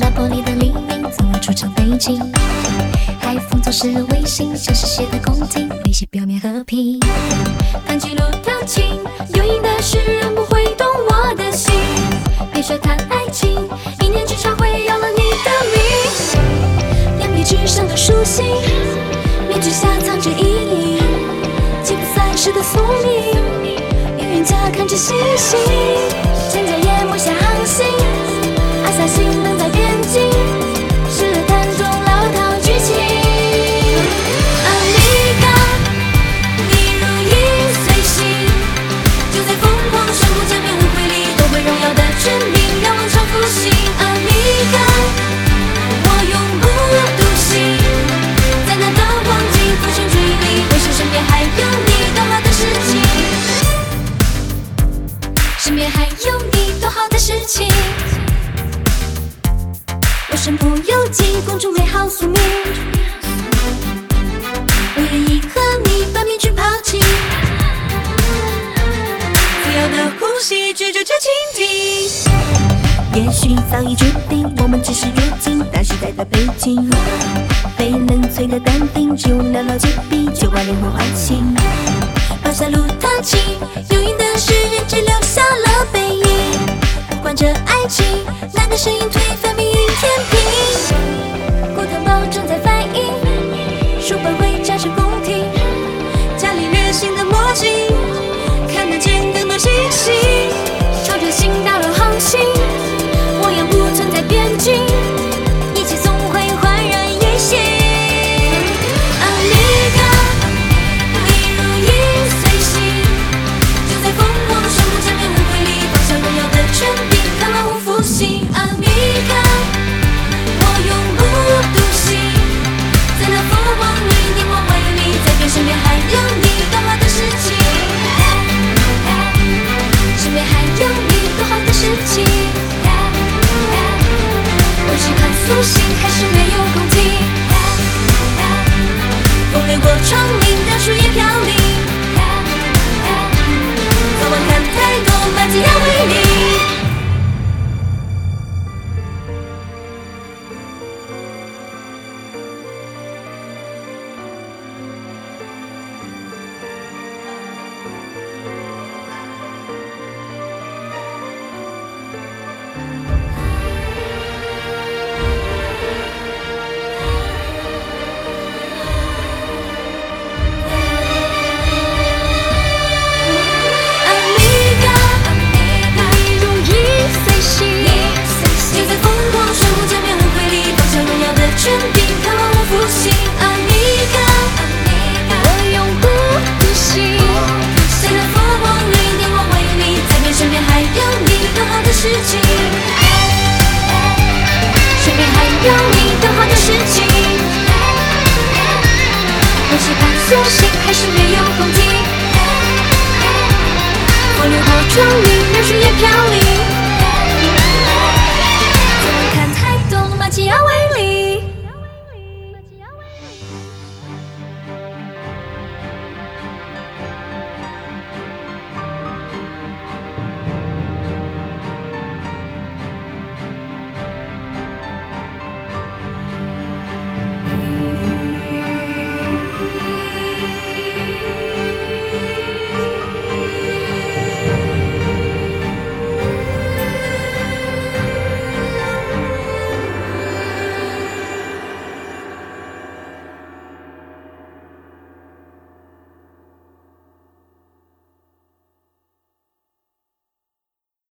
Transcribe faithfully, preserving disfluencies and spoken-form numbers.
那玻璃的黎明，总有出场背景。海风总是微信，像是写的宫廷，威胁表面和平。谈起路调情，有瘾的诗人不会懂我的心。别说谈爱情，一念之差会要了你的命。两笔纸上的书信，面具下藏着意义。吉普赛式的宿命，预言家看着星星，蒹葭淹没下航行。阿萨辛等在边境，是了探中老套剧情。阿米嘎，你如影随形，就在疯狂生活千面误会里，夺回荣耀的权柄，让王朝复兴。阿米嘎，我永不独行，在那道光景浮现注意力，为什身边还有你多好的事情？身边还有你多好的事情。我身不由己，公主美好宿命。我愿意和你把面具抛弃，自由的呼吸，拒绝这倾听。 也许早已注定，我们只是跃进大时代的背景。被冷萃的淡定，只用寥寥几笔就把灵魂唤醒。抛下路踏青，有瘾的诗人只留下了背影。不管这爱情，哪个声音推翻命运天平？ 古腾堡正在反应，书本会加成宫廷， 家里热心的墨镜，看得见更多星星。 朝着新大陆航行，我也不存在边境，一切总会焕然一新。阿米嘎，你如影随形，就在疯狂生活千面误会里，放下荣耀的权柄，看万物复兴。阿米嘎，我永不独行，在那佛光里，电光万有里，在边身边还有你多好的事情。身边还有你多好的事情。我是看苏醒，还是没有空听？ 风掠过窗棂，让树叶飘零。早晚看太多，满街要为你。 权柄看万物复兴。阿米嘎，我永不独行，在那佛光里，电光万有里，在边身边还有你多好的事情。身边还有你多好的事情。我是怕苏醒，还是没有空听？风掠过窗棂，让树叶飘零。